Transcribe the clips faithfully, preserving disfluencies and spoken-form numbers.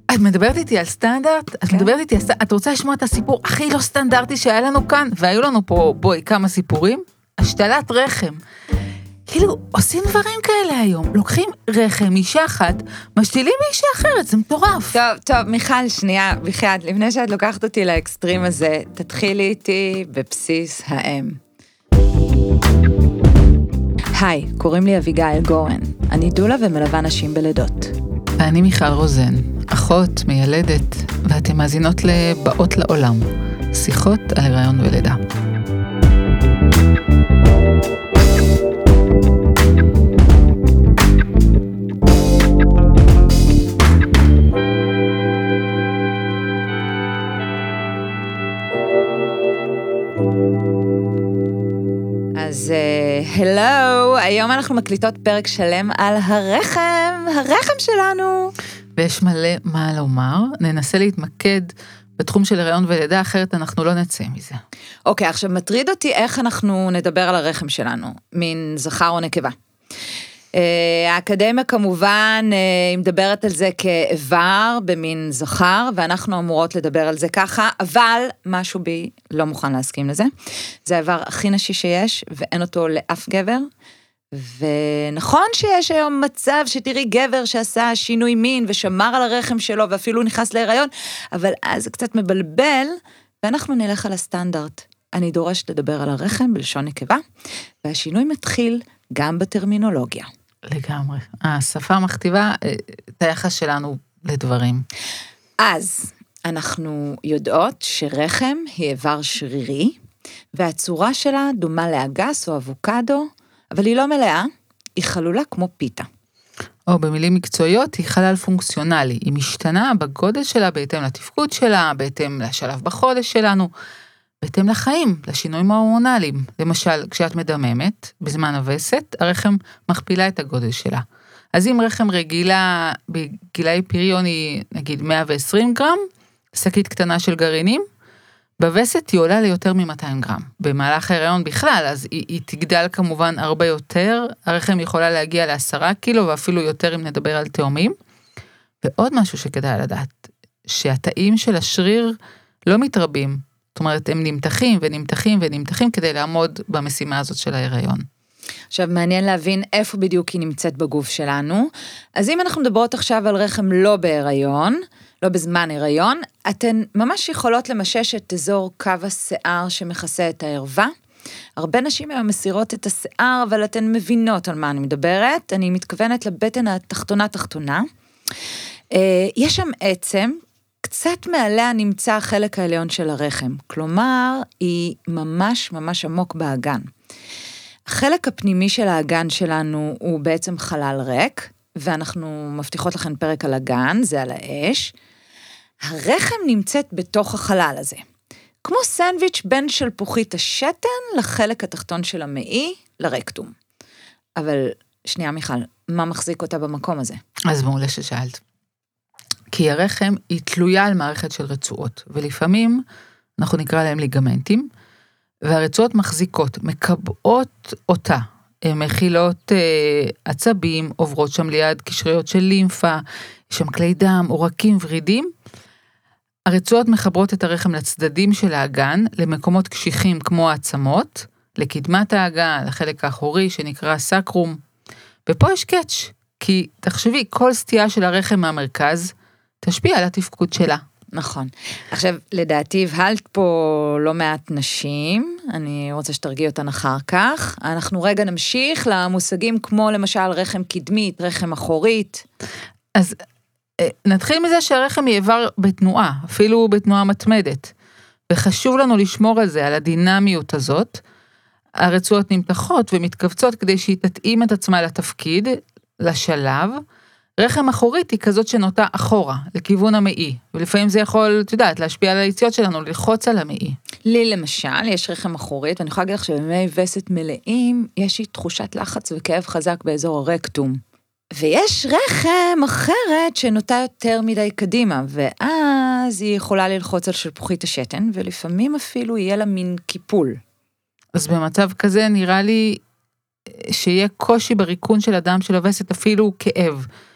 את מדברת איתי על סטנדרט? את מדברת איתי על סטנדרט? את רוצה לשמוע את הסיפור הכי לא סטנדרטי שהיה לנו כאן? והיו לנו פה, בואי, כמה סיפורים? השתלת רחם. כאילו, עושים דברים כאלה היום. לוקחים רחם, אישה אחת, משתילים מאישה אחרת, זה מטורף. טוב, טוב, מיכל, שנייה, בחייאת, לפני שאת לוקחת אותי לאקסטרים הזה, תתחילי איתי בבסיס האם. היי, קוראים לי אביגיל גורן. אני דולה ומלווה נשים בלידות. ואני מיכל רוזן, אחות, מיילדת, ואתם מאזינות לבאות לעולם. שיחות על הריון ולידה. אז הלו, היום אנחנו מקליטות פרק שלם על הרחם, הרחם שלנו. ויש מלא מה לומר, ננסה להתמקד בתחום של הריון ולידה, אחרת אנחנו לא נצא מזה. אוקיי, עכשיו מטריד אותי איך אנחנו נדבר על הרחם שלנו, מין זכר או נקבה. האקדמיה כמובן היא מדברת על זה כאיבר במין זכר, ואנחנו אמורות לדבר על זה ככה, אבל משהו בי לא מוכן להסכים לזה. זה האיבר הכי נשי שיש, ואין אותו לאף גבר, ונכון שיש היום מצב שתראי גבר שעשה שינוי מין, ושמר על הרחם שלו, ואפילו נכנס להיריון, אבל אז זה קצת מבלבל, ואנחנו נלך על הסטנדרט. אני דורשת לדבר על הרחם בלשון נקבה, והשינוי מתחיל גם בטרמינולוגיה. לגמרי. השפה מכתיבה את היחס שלנו לדברים. אז אנחנו יודעות שרחם היא איבר שרירי, והצורה שלה דומה לאגס או אבוקדו, אבל היא לא מלאה, היא חלולה כמו פיתה. או במילים מקצועיות, היא חלל פונקציונלי. היא משתנה בגודל שלה, בהתאם לתפקוד שלה, בהתאם לשלב בחודש שלנו, בהתאם לחיים, לשינויים ההורמונליים. למשל, כשאת מדממת, בזמן הווסת, הרחם מכפילה את הגודל שלה. אז אם רחם רגילה, בגילאי פריון היא נגיד מאה ועשרים גרם, שקית קטנה של גרעינים, בווסת היא עולה ליותר מ-מאתיים גרם. במהלך ההיריון בכלל, אז היא, היא תגדל כמובן הרבה יותר, הרחם יכולה להגיע לעשרה קילו, ואפילו יותר אם נדבר על תאומים. ועוד משהו שכדאי לדעת, שהתאים של השריר לא מתרבים, זאת אומרת, הם נמתחים ונמתחים ונמתחים כדי לעמוד במשימה הזאת של ההיריון. עכשיו, מעניין להבין איפה בדיוק היא נמצאת בגוף שלנו. אז אם אנחנו מדברות עכשיו על רחם לא בהיריון, לא בזמן הריון, אתן ממש יכולות למשש את אזור קו השיער שמכסה את הערווה. הרבה נשים היום מסירות את השיער, אבל אתן מבינות על מה אני מדברת. אני מתכוונת לבטן התחתונה תחתונה. יש שם עצם, קצת מעליה נמצא החלק העליון של הרחם, כלומר, היא ממש ממש עמוק באגן. החלק הפנימי של האגן שלנו הוא בעצם חלל ריק, ואנחנו מבטיחות לכם פרק על אגן, זה על האש. הרחם נמצאת בתוך החלל הזה, כמו סנדוויץ' בין שלפוחית השתן לחלק התחתון של המעי לרקטום. אבל שנייה מיכל, מה מחזיק אותה במקום הזה? אז מעולה ששאלת. כי הרחם היא תלויה על מערכת של רצועות, ולפעמים אנחנו נקרא להם ליגמנטים, והרצועות מחזיקות, מקבעות אותה, הן מכילות אה, עצבים, עוברות שם ליד קשריות של לימפה, יש שם כלי דם, עורקים ורידים, הרצועות מחברות את הרחם לצדדים של האגן, למקומות קשיחים כמו העצמות, לקדמת האגן, לחלק האחורי שנקרא סקרום, ופה יש קאץ', כי תחשבי, כל סטייה של הרחם מהמרכז, תשפיע על התפקוד שלה. נכון. עכשיו, לדעתי, הבהלת פה לא מעט נשים, אני רוצה שתרגיע אותן אחר כך. אנחנו רגע נמשיך למושגים כמו למשל רחם קדמית, רחם אחורית. אז נתחיל מזה שהרחם היא איבר בתנועה, אפילו בתנועה מתמדת. וחשוב לנו לשמור על זה, על הדינמיות הזאת. הרצועות נמתחות ומתכווצות כדי שהיא תתאים את עצמה לתפקיד, לשלב. רחם אחורית היא כזאת שנוטה אחורה, לכיוון המעי, ולפעמים זה יכול, את יודעת, להשפיע על היציאות שלנו, ללחוץ על המעי. לי למשל, יש רחם אחורית, ואני יכולה להגיד לך שבמי וסת מלאים, יש לי תחושת לחץ וכאב חזק באזור הרקטום. ויש רחם אחרת שנוטה יותר מדי קדימה, ואז היא יכולה ללחוץ על שלפוחית השתן, ולפעמים אפילו יהיה לה מין קיפול. אז במצב כזה נראה לי שיהיה קושי בריקון של אדם של הווסת, אפילו כאב.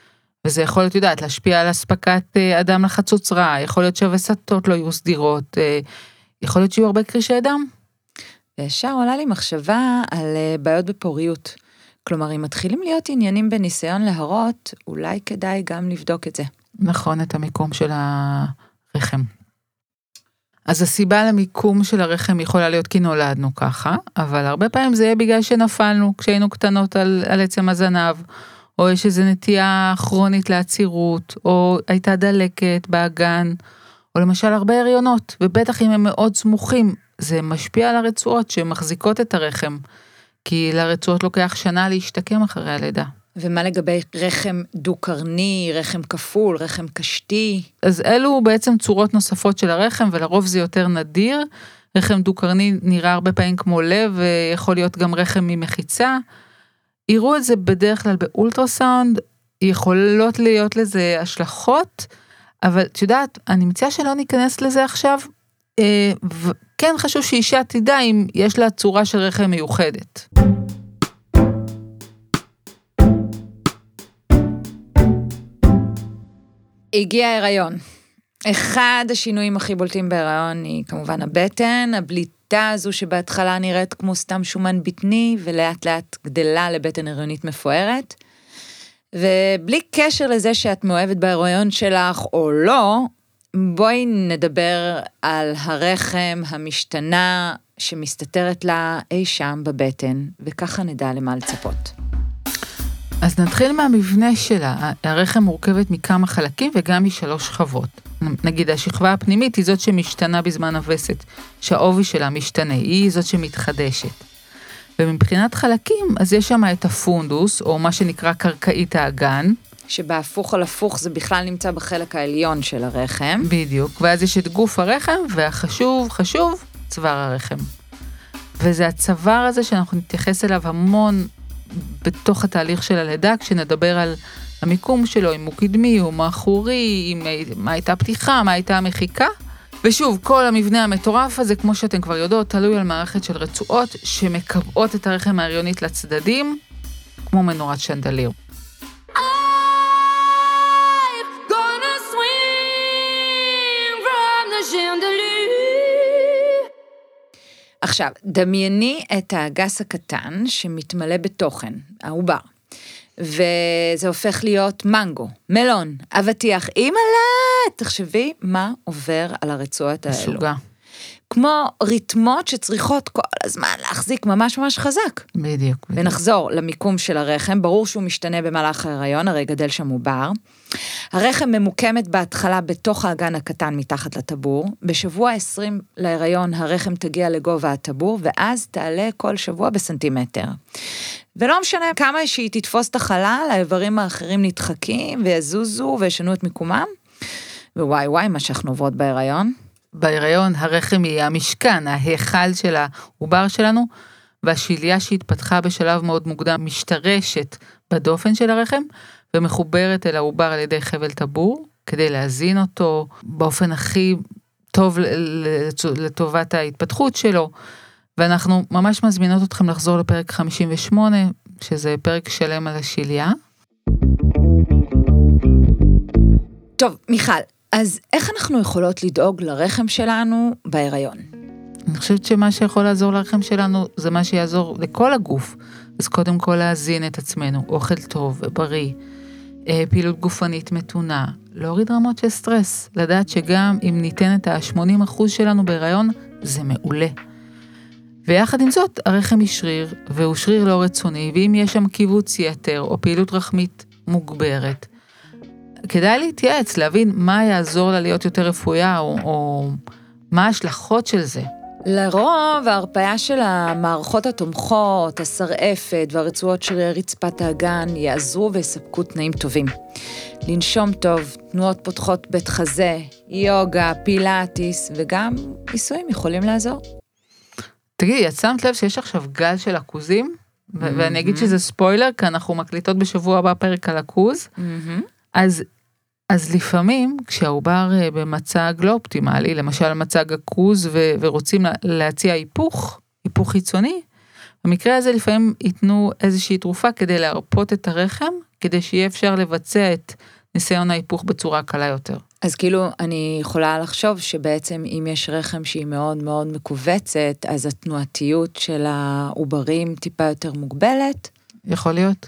וזה יכול להיות, יודעת, להשפיע על הספקת אדם לחצוצרה, יכול להיות שהווסתות לא יהיו סדירות, יכול להיות שיהיו הרבה קרישי דם. וישר עולה לי מחשבה על בעיות בפוריות. כלומר, אם מתחילים להיות עניינים בניסיון להרות, אולי כדאי גם לבדוק את זה. נכון, את המיקום של הרחם. אז הסיבה למיקום של הרחם יכולה להיות כי נולדנו ככה, אבל הרבה פעמים זה יהיה בגלל שנפלנו כשהיינו קטנות על, על עצם הזנב, או יש איזו נטייה כרונית לעצירות, או הייתה דלקת באגן, או למשל הרבה הריונות, ובטח אם הם מאוד סמוכים, זה משפיע על הרצועות שמחזיקות את הרחם, כי לרצועות לוקח שנה להשתקם אחרי הלידה. ומה לגבי רחם דו-קרני, רחם כפול, רחם קשתי? אז אלו בעצם צורות נוספות של הרחם, ולרוב זה יותר נדיר. רחם דו-קרני נראה הרבה פעמים כמו לב, ויכול להיות גם רחם ממחיצה. יראו את זה בדרך כלל באולטרסאונד, יכולות להיות לזה השלכות, אבל את יודעת, אני מציעה שלא ניכנס לזה עכשיו, וכן חשוב שאישה תדע אם יש לה צורה של רחם מיוחדת. הגיע ההיריון. אחד השינויים הכי בולטים בהיריון היא כמובן הבטן, הבליטה הזו שבהתחלה נראית כמו סתם שומן בטני, ולאט לאט גדלה לבטן הריונית מפוארת. ובלי קשר לזה שאת מאוהבת בהיריון שלך או לא, בואי נדבר על הרחם המשתנה שמסתתרת לה אי שם בבטן, וככה נדע למה לצפות. אז נתחיל מהמבנה שלה. הרחם מורכבת מכמה חלקים וגם משלוש שכבות. נגיד, השכבה הפנימית היא זאת שמשתנה בזמן הווסת, שהעובי שלה משתנה, היא זאת שמתחדשת. ומבחינת חלקים, אז יש שם את הפונדוס, או מה שנקרא קרקעית האגן. שבהפוך על הפוך זה בכלל נמצא בחלק העליון של הרחם. בדיוק, ואז יש את גוף הרחם, והחשוב, חשוב, צוואר הרחם. וזה הצוואר הזה שאנחנו נתייחס אליו המון בתוך התהליך של הלידה, כשנדבר על המיקום שלו, אם הוא קדמי, הוא מאחורי, אם, מה הייתה פתיחה, מה הייתה המחיקה. ושוב, כל המבנה המטורף הזה, כמו שאתם כבר יודעות, תלוי על מערכת של רצועות שמקבעות את הרחם ההריונית לצדדים, כמו מנורת שנדליר. עכשיו, דמייני את האגס הקטן שמתמלא בתוכן, העובר, וזה הופך להיות מנגו, מלון, אבטיח, אימא'לה, תחשבי מה עובר על הרצועות האלו. משוגע. כמו ריתמות שצריכות כל הזמן להחזיק ממש ממש חזק. בדיוק. בדיוק. ונחזור למיקום של הרחם, ברור שהוא משתנה במהלך ההיריון, הרי גדל שם עובר. הרחם ממוקמת בהתחלה בתוך האגן הקטן מתחת לטבור, בשבוע עשרים להיריון הרחם תגיע לגובה הטבור, ואז תעלה כל שבוע בסנטימטר. ולא משנה כמה שהיא תתפוס את החלל, האיברים האחרים נדחקים ויזוזו וישנו את מיקומם, ווואי וואי מה שאנחנו עוברות בהיריון. בהיריון הרחם היא המשכן, ההיכל של העובר שלנו, והשיליה שהתפתחה בשלב מאוד מוקדם משתרשת בדופן של הרחם, ומחוברת אל העובר על ידי חבל טבור, כדי להזין אותו באופן הכי טוב לטובת ההתפתחות שלו, ואנחנו ממש מזמינות אתכם לחזור לפרק חמישים ושמונה, שזה פרק שלם על השיליה. טוב, מיכל, אז איך אנחנו יכולות לדאוג לרחם שלנו בהיריון? אני חושבת שמה שיכול לעזור לרחם שלנו, זה מה שיעזור לכל הגוף. אז קודם כל להזין את עצמנו, אוכל טוב ובריא, פעילות גופנית מתונה, להוריד רמות של סטרס, לדעת שגם אם ניתן את ה-שמונים אחוז שלנו בהיריון, זה מעולה. ויחד עם זאת, הרחם היא שריר, והוא שריר לא רצוני, ואם יש שם קיבוץ יתר או פעילות רחמית מוגברת, כדאי להתייעץ, להבין מה יעזור לה להיות יותר רפויה, או, או מה ההשלכות של זה. לרוב, ההרפאיה של המערכות התומכות, השרעפת והרצועות של רצפת האגן יעזרו ויספקו תנאים טובים. לנשום טוב, תנועות פותחות בית חזה, יוגה, פילאטיס, וגם ניסויים יכולים לעזור. תגידי, את שמת לב שיש עכשיו גל של עכוזים? ו- ואני אגיד שזה ספוילר, כי אנחנו מקליטות בשבוע הבא פרק על עכוז. אז, אז לפעמים, כשהעובר במצג לא אופטימלי, למשל מצג עכוז ו- ורוצים להציע היפוך, היפוך חיצוני, במקרה הזה לפעמים ייתנו איזושהי תרופה כדי להרפות את הרחם, כדי שיהיה אפשר לבצע את ניסיון ההיפוך בצורה קלה יותר. אז כאילו אני יכולה לחשוב שבעצם אם יש רחם שהיא מאוד מאוד מקובצת, אז התנועתיות של העוברים טיפה יותר מוגבלת? יכול להיות.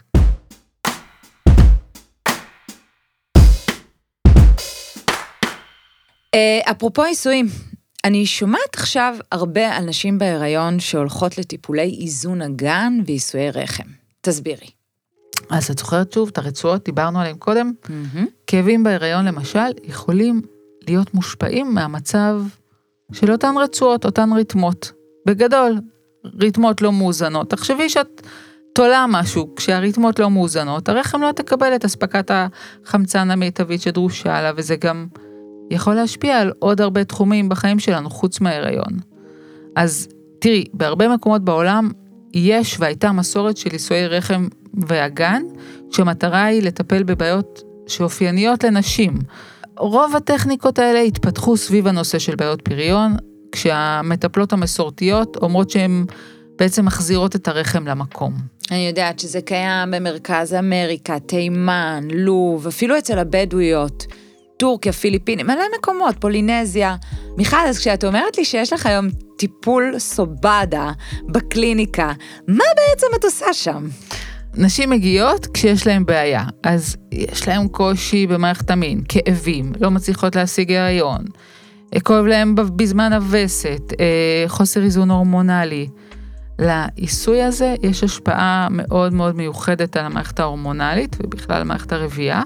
אפרופו ניסויים, אני שומעת עכשיו הרבה על נשים בהיריון שהולכות לטיפולי איזון אגן ועיסויי רחם. תסבירי. אז את זוכרת שוב, את הרצועות, דיברנו עליהם קודם, Mm-hmm. כאבים בהיריון למשל, יכולים להיות מושפעים מהמצב של אותן רצועות, אותן ריתמות. בגדול, ריתמות לא מאוזנות. תחשבי שאת תולה משהו, כשהריתמות לא מאוזנות, הרחם לא תקבל את הספקת החמצן המיטבית שדרושה לה, וזה גם יכול להשפיע על עוד הרבה תחומים בחיים שלנו, חוץ מההיריון. אז תראי, בהרבה מקומות בעולם, יש והייתה מסורת של עיסויי רחם ואגן, כשהמטרה היא לטפל בבעיות שאופייניות לנשים. רוב הטכניקות האלה התפתחו סביב הנושא של בעיות פריון, כשהמטפלות המסורתיות אומרות שהן בעצם מחזירות את הרחם למקום. אני יודעת שזה קיים במרכז אמריקה, תימן, לוב, אפילו אצל הבדואיות, טורקיה, פיליפינים, מלא מקומות, פולינזיה. מיכל, אז כשאת אומרת לי שיש לך היום טיפול סובדה בקליניקה, מה בעצם את עושה שם? נשים מגיעות כשיש להן בעיה, אז יש להן קושי במערכת המין, כאבים, לא מצליחות להשיג הריון, כואב להן בזמן הווסת, חוסר איזון הורמונלי. לעיסוי הזה יש השפעה מאוד מאוד מיוחדת על המערכת ההורמונלית, ובכלל המערכת הרבייה,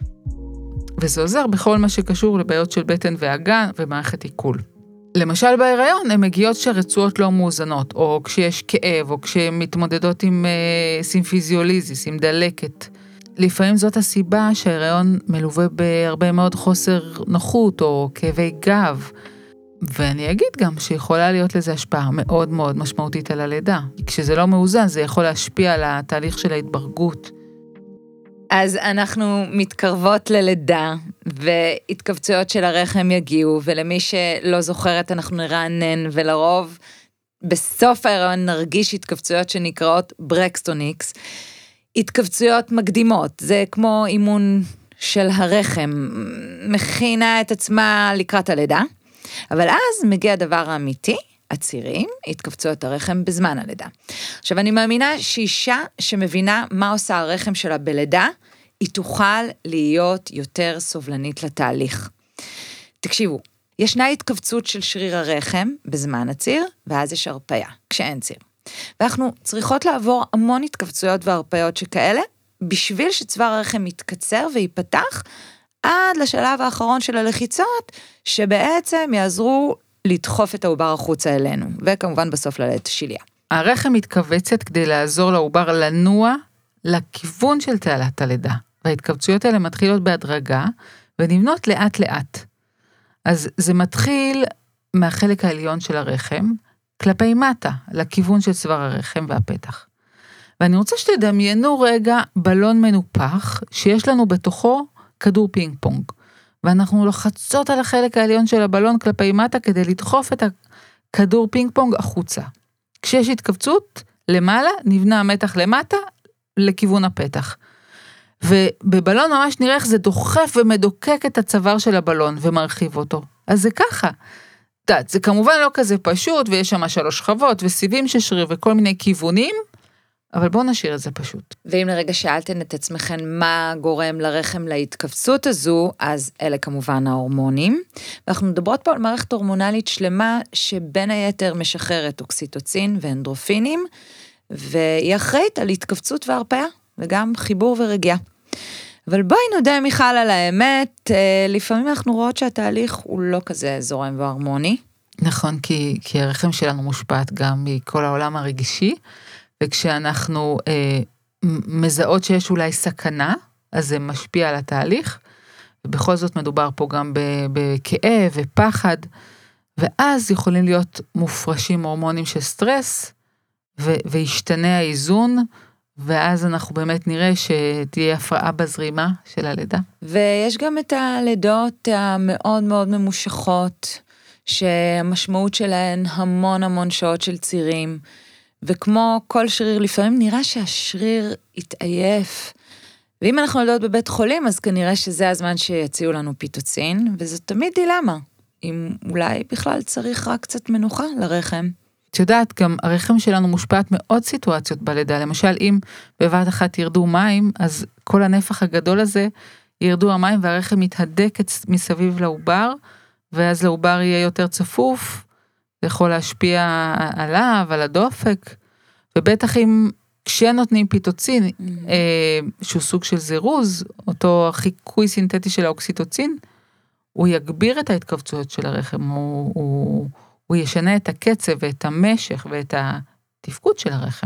וזה עוזר בכל מה שקשור לבעיות של בטן ואגן ומערכת עיכול. למשל בהיריון, הן מגיעות שהרצועות לא מאוזנות, או כשיש כאב, או כשהן מתמודדות עם אה, סימפיזיוליזיס, עם דלקת. לפעמים זאת הסיבה שההיריון מלווה בהרבה מאוד חוסר נוחות, או כאבי גב. ואני אגיד גם שיכולה להיות לזה השפעה מאוד מאוד משמעותית על הלידה. כשזה לא מאוזן, זה יכול להשפיע על התהליך של ההתברגות. אז אנחנו מתקרבות ללידה, והתכווצויות של הרחם יגיעו, ולמי שלא זוכרת אנחנו נרענן, ולרוב בסוף ההיריון נרגיש התכווצויות שנקראות ברקסטוניקס, התכווצויות מקדימות, זה כמו אימון של הרחם, מכינה את עצמה לקראת הלידה, אבל אז מגיע הדבר האמיתי, הצירים, התכווצויות הרחם בזמן הלידה. עכשיו אני מאמינה שאישה שמבינה מה עושה הרחם שלה בלידה, היא תוכל להיות יותר סובלנית לתהליך. תקשיבו, ישנה התכווצות של שריר הרחם בזמן הציר, ואז יש הרפיה, כשאין ציר. ואנחנו צריכות לעבור המון התכווצויות והרפיות שכאלה, בשביל שצוואר הרחם יתקצר ויפתח, עד לשלב האחרון של הלחיצות, שבעצם יעזרו לדחוף את העובר החוצה אלינו, וכמובן בסוף ללדת שיליה. הרחם מתכווצת כדי לעזור לעובר לנוע לכיוון של תעלת הלידה, וההתכווצויות האלה מתחילות בהדרגה, ונבנות לאט לאט. אז זה מתחיל מהחלק העליון של הרחם, כלפי מטה, לכיוון של צוואר הרחם והפתח. ואני רוצה שתדמיינו רגע בלון מנופח, שיש לנו בתוכו כדור פינג פונג, ואנחנו לוחצות על החלק העליון של הבלון כלפי מטה, כדי לדחוף את הכדור פינג פונג החוצה. כשיש התכווצות, למעלה נבנה המתח למטה, לכיוון הפתח. ובבלון ממש נראה איך זה דוחף ומדוקק את הצוואר של הבלון, ומרחיב אותו. אז זה ככה. דעת, זה כמובן לא כזה פשוט, ויש שם שלוש שכבות, וסיבים של שריר, וכל מיני כיוונים, אבל בואו נשאיר את זה פשוט. ואם לרגע שאלתן את עצמכם מה גורם לרחם להתכווצות הזו, אז אלה כמובן ההורמונים. ואנחנו מדברות פה על מערכת הורמונלית שלמה, שבין היתר משחררת אוקסיטוצין ואנדרופינים, והיא אחראית על התכווצות והרפיה, וגם חיבור ורגיעה. אבל בואי נודה מיכל על האמת, לפעמים אנחנו רואות שהתהליך הוא לא כזה זורם והרמוני. נכון, כי, כי הרחם שלנו מושפעת גם מכל העולם הרגישי, וכשאנחנו אה, מזהות שיש אולי סכנה, אז זה משפיע על התהליך, ובכל זאת מדובר פה גם בכאב ופחד, ואז יכולים להיות מופרשים הורמונים של סטרס, ו- וישתנה האיזון, ואז אנחנו באמת נראה שתהיה הפרעה בזרימה של הלידה. ויש גם את הלידות המאוד מאוד ממושכות, שהמשמעות שלהן המון המון שעות של צירים, וכמו כל שריר, לפעמים נראה שהשריר יתעייף, ואם אנחנו יודעות בבית חולים, אז כנראה שזה הזמן שיציעו לנו פיטוצין, וזו תמיד דילמה, אם אולי בכלל צריך רק קצת מנוחה לרחם. את יודעת, גם הרחם שלנו מושפעת מאוד סיטואציות בלידה, למשל אם בבת אחת ירדו מים, אז כל הנפח הגדול הזה ירדו המים והרחם יתהדק מסביב לעובר, ואז לעובר יהיה יותר צפוף, זה יכול להשפיע עליו, על הדופק, ובטח אם כשנותנים פיטוצין, mm-hmm. אה, שהוא סוג של זירוז, אותו חיקוי סינתטי של האוקסיטוצין, הוא יגביר את ההתכווצויות של הרחם, הוא, הוא, הוא ישנה את הקצב ואת המשך ואת התפקוד של הרחם.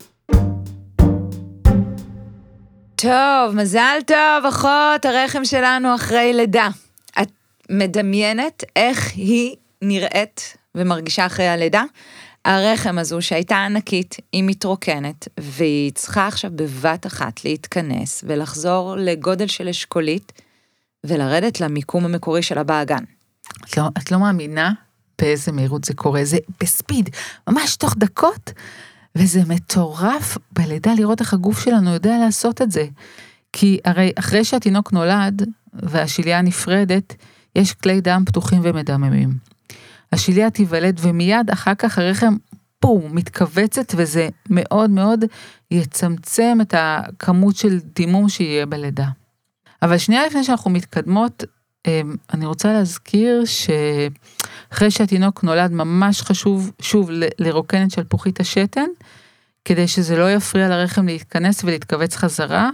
טוב, מזל טוב, אחות, הרחם שלנו אחרי לידה. את מדמיינת איך היא נראית ומרגישה אחרי הלידה? הרחם הזו שהייתה ענקית, היא מתרוקנת, והיא צריכה עכשיו בבת אחת להתכנס ולחזור לגודל של אשכולית, ולרדת למיקום המקורי של הבאגן. את לא, את לא מאמינה באיזה מהירות זה קורה, זה בספיד, ממש תוך דקות, וזה מטורף בלידה לראות איך הגוף שלנו יודע לעשות את זה. כי הרי אחרי שהתינוק נולד, והשיליה נפרדת, יש כלי דם פתוחים ומדממים. השיליה תיוולד ומיד אחר כך הרחם פום, מתכווצת, וזה מאוד מאוד יצמצם את הכמות של דימום שיהיה בלידה. אבל שנייה לפני שאנחנו מתקדמות, אני רוצה להזכיר שאחרי שהתינוק נולד ממש חשוב שוב לרוקן את שלפוחית השתן, כדי שזה לא יפריע לרחם להתכנס ולהתכווץ חזרה,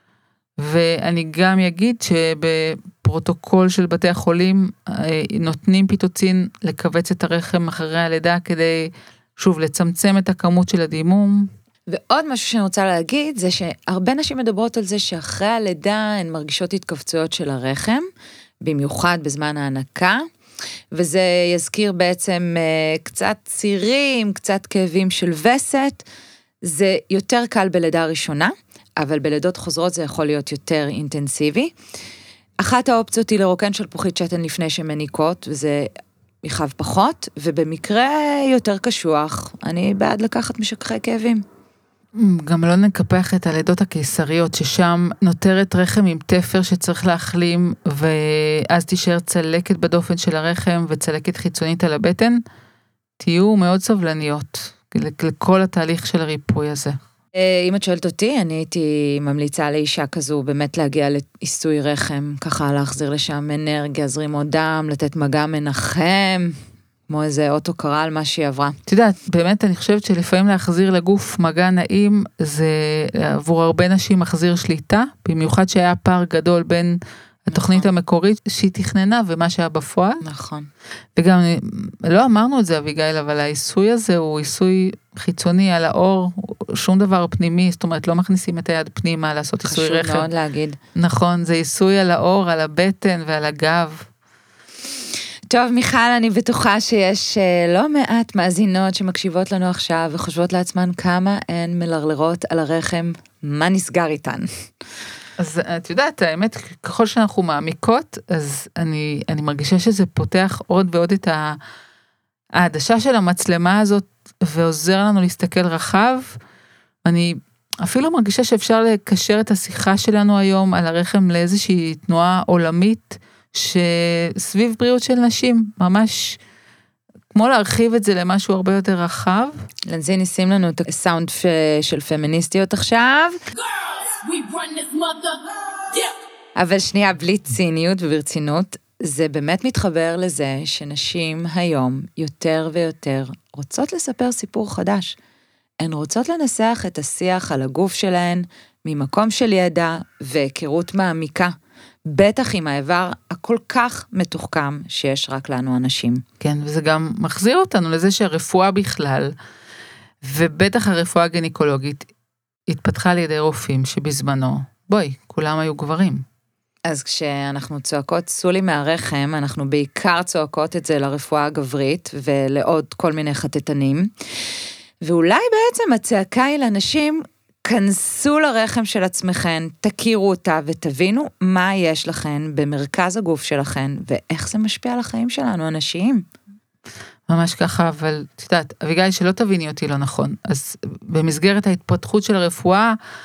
ואני גם אגיד שבפרוטוקול של בתי החולים נותנים פיטוצין לכווץ את הרחם אחרי הלידה, כדי שוב לצמצם את הכמות של הדימום. ועוד משהו שאני רוצה להגיד, זה שהרבה נשים מדברות על זה שאחרי הלידה הן מרגישות התכווצויות של הרחם, במיוחד בזמן ההנקה, וזה יזכיר בעצם קצת צירים, קצת כאבים של וסת, זה יותר קל בלידה ראשונה, אבל בלידות חוזרות זה יכול להיות יותר אינטנסיבי. אחת האופציות היא לרוקן שלפוחית שתן לפני שמניקות, וזה יכאב פחות, ובמקרה יותר קשוח, אני בעד לקחת משככי כאבים. גם לא נקפח את הלידות הקיסריות, ששם נותרת רחם עם תפר שצריך להחלים, ואז תישאר צלקת בדופן של הרחם, וצלקת חיצונית על הבטן, תהיו מאוד סבלניות לכל התהליך של הריפוי הזה. אם את שואלת אותי, אני הייתי ממליצה לאישה כזו באמת להגיע לעיסוי רחם, ככה להחזיר לשם אנרגיה, זרימות דם, לתת מגע מנחם, כמו איזה אוטו קרה על מה שהיא עברה. את יודעת, באמת אני חושבת שלפעמים להחזיר לגוף מגע נעים, זה עבור הרבה נשים מחזיר שליטה, במיוחד שהיה פער גדול בין התוכנית המקורית שהיא תכננה ומה שהיה בפועל. נכון. וגם, לא אמרנו את זה אביגיל, אבל העיסוי הזה הוא עיסוי חיצוני על האור, שום דבר פנימי, זאת אומרת, לא מכניסים את היד פנימה לעשות עיסוי רחם. חשוב מאוד להגיד. נכון, זה עיסוי על האור, על הבטן ועל הגב. טוב, מיכל, אני בטוחה שיש לא מעט מאזינות שמקשיבות לנו עכשיו, וחושבות לעצמן כמה הן מלרלרות על הרחם, מה נסגר איתן. אז את יודעת, האמת, ככל שאנחנו מעמיקות, אז אני, אני מרגישה שזה פותח עוד ועוד את העדשה של המצלמה הזאת, ועוזר לנו להסתכל רחב. אני אפילו מרגישה שאפשר לקשר את השיחה שלנו היום על הרחם לאיזושהי תנועה עולמית, שסביב בריאות של נשים, ממש כמו להרחיב את זה למשהו הרבה יותר רחב. לנזי נשים לנו את הסאונד של פמיניסטיות עכשיו. אבל שנייה, בלי ציניות וברצינות, זה באמת מתחבר לזה שנשים היום יותר ויותר רוצות לספר סיפור חדש. הן רוצות לנסח את השיח על הגוף שלהן ממקום של ידע והיכרות מעמיקה, בטח עם האיבר הכל כך מתוחכם שיש רק לנו אנשים. כן, וזה גם מחזיר אותנו לזה שהרפואה בכלל, ובטח הרפואה הגינקולוגית, התפתחה על ידי רופאים שבזמנו, בואי, כולם היו גברים. אז כשאנחנו צועקות סולי מהרחם, אנחנו בעיקר צועקות את זה לרפואה הגברית, ולעוד כל מיני חטטנים, ואולי בעצם הצעקה היא לאנשים, כנסו לרחם של עצמכם, תכירו אותה ותבינו מה יש לכם במרכז הגוף שלכם, ואיך זה משפיע על החיים שלנו, אנשים. ממש ככה, אבל את יודעת, אביגיל, שלא תביני אותי לא נכון, אז במסגרת ההתפתחות של הרפואה,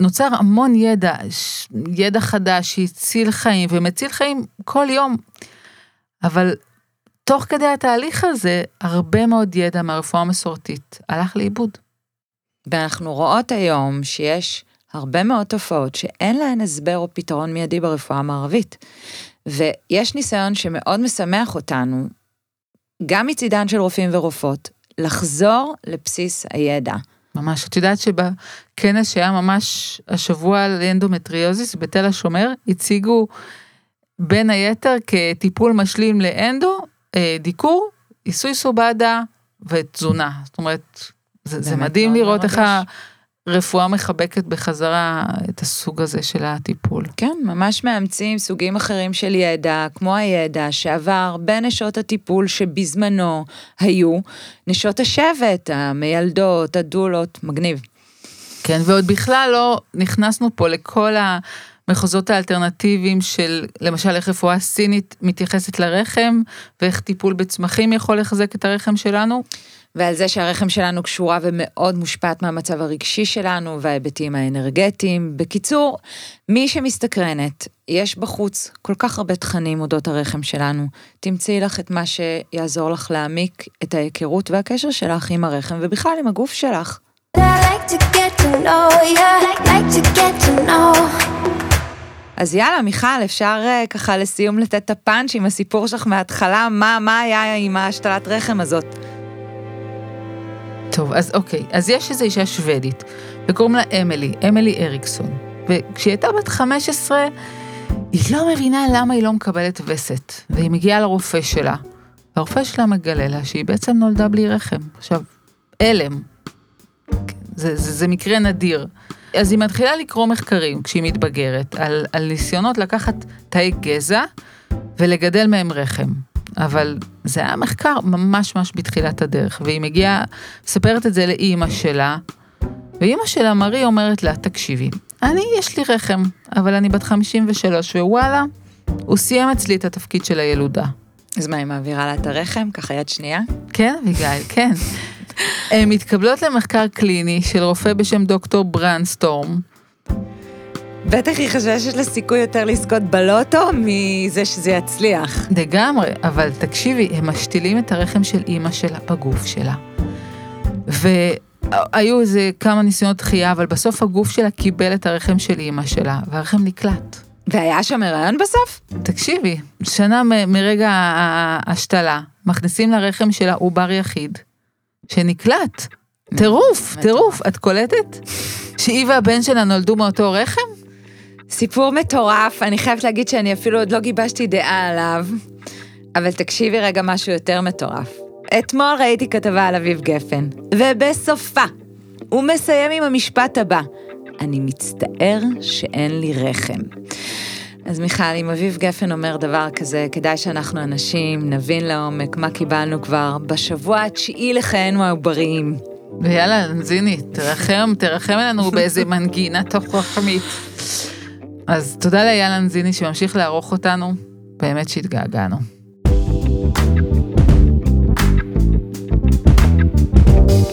נוצר המון ידע, ידע חדש שהציל חיים ומציל חיים כל יום, אבל תוך כדי התהליך הזה, הרבה מאוד ידע מהרפואה המסורתית הלך לאיבוד. ואנחנו רואות היום שיש הרבה מאוד תופעות שאין להן הסבר או פתרון מיידי ברפואה המערבית. ויש ניסיון שמאוד משמח אותנו, גם מצידן של רופאים ורופאות, לחזור לבסיס הידע. ממש, את יודעת שבכנס שהיה ממש השבוע על אנדומטריוזיס בתל השומר, הציגו בין היתר כטיפול משלים לאנדו, דיקור, עיסוי סובדה ותזונה. זאת אומרת, זה, זה מדהים לראות איך הרפואה מחבקת בחזרה את הסוג הזה של הטיפול. כן, ממש מאמצים סוגים אחרים של ידע, כמו הידע שעבר בין נשות הטיפול שבזמנו היו נשות השבט, המיילדות, הדולות, מגניב. כן, ועוד בכלל לא נכנסנו פה לכל המחוזות האלטרנטיביים של, למשל, איך רפואה סינית מתייחסת לרחם, ואיך טיפול בצמחים יכול לחזק את הרחם שלנו. ועל זה שהרחם שלנו קשורה ומאוד מושפעת מהמצב הרגשי שלנו, וההיבטים האנרגטיים. בקיצור, מי שמסתקרנת, יש בחוץ כל כך הרבה תכנים אודות הרחם שלנו. תמצאי לך את מה שיעזור לך להעמיק את ההיכרות והקשר שלך עם הרחם, ובכלל עם הגוף שלך. אז יאללה, מיכל, אפשר ככה לסיום לתת את הפאנץ' עם הסיפור שלך מההתחלה, מה, מה היה עם השתלת רחם הזאת? טוב, אז אוקיי, אז יש איזו אישה שוודית, וקוראים לה אמילי, אמילי אריקסון, וכשהיא הייתה בת חמש עשרה, היא לא מבינה למה היא לא מקבלת וסת, והיא מגיעה לרופא שלה, והרופא שלה מגלה לה שהיא בעצם נולדה בלי רחם. עכשיו, אלם, זה, זה, זה מקרה נדיר. אז היא מתחילה לקרוא מחקרים כשהיא מתבגרת, על, על ניסיונות לקחת תאי גזע, ולגדל מהם רחם. אבל זה היה מחקר ממש ממש בתחילת הדרך, והיא מגיעה, ספרת את זה לאימא שלה, ואימא שלה, מרי, אומרת לה, תקשיבי, אני, יש לי רחם, אבל אני בת חמישים ושלוש, ווואלה, הוא סיים אצלי את התפקיד של הילודה. אז מה, היא מעבירה לה את הרחם, ככה יד שנייה? כן, ויגאל, כן. הן מתקבלות למחקר קליני של רופא בשם דוקטור ברנסטורם, בטח היא חשבה שיש לה סיכוי יותר לזכות בלוטו מזה שזה יצליח. לגמרי, אבל תקשיבי, הם משתילים את הרחם של אימא שלה בגוף שלה. והיו איזה כמה ניסיונות דחייה, אבל בסוף הגוף שלה קיבל את הרחם של אימא שלה, והרחם נקלט. והיה שם הריון בסוף? תקשיבי, שנה מ- מרגע ההשתלה, מכניסים לרחם שלה עובר יחיד, שנקלט. טירוף, טירוף, את קולטת? שהיא והבן שלה נולדו מאותו רחם? סיפור מטורף, אני חייבת להגיד שאני אפילו עוד לא גיבשתי דעה עליו, אבל תקשיבי רגע משהו יותר מטורף. אתמול ראיתי כתבה על אביב גפן, ובסופה הוא מסיים עם המשפט הבא, אני מצטער שאין לי רחם. אז מיכל, אם אביב גפן אומר דבר כזה, כדאי שאנחנו אנשים נבין לעומק מה קיבלנו כבר בשבוע התשיעי לחיינו העובריים. ויאללה, נזיני, תרחם, תרחם לנו באיזה מנגינה תוך רחמית. אז תודה ליאללה נזיני שממשיך לערוך אותנו, באמת שהתגעגענו.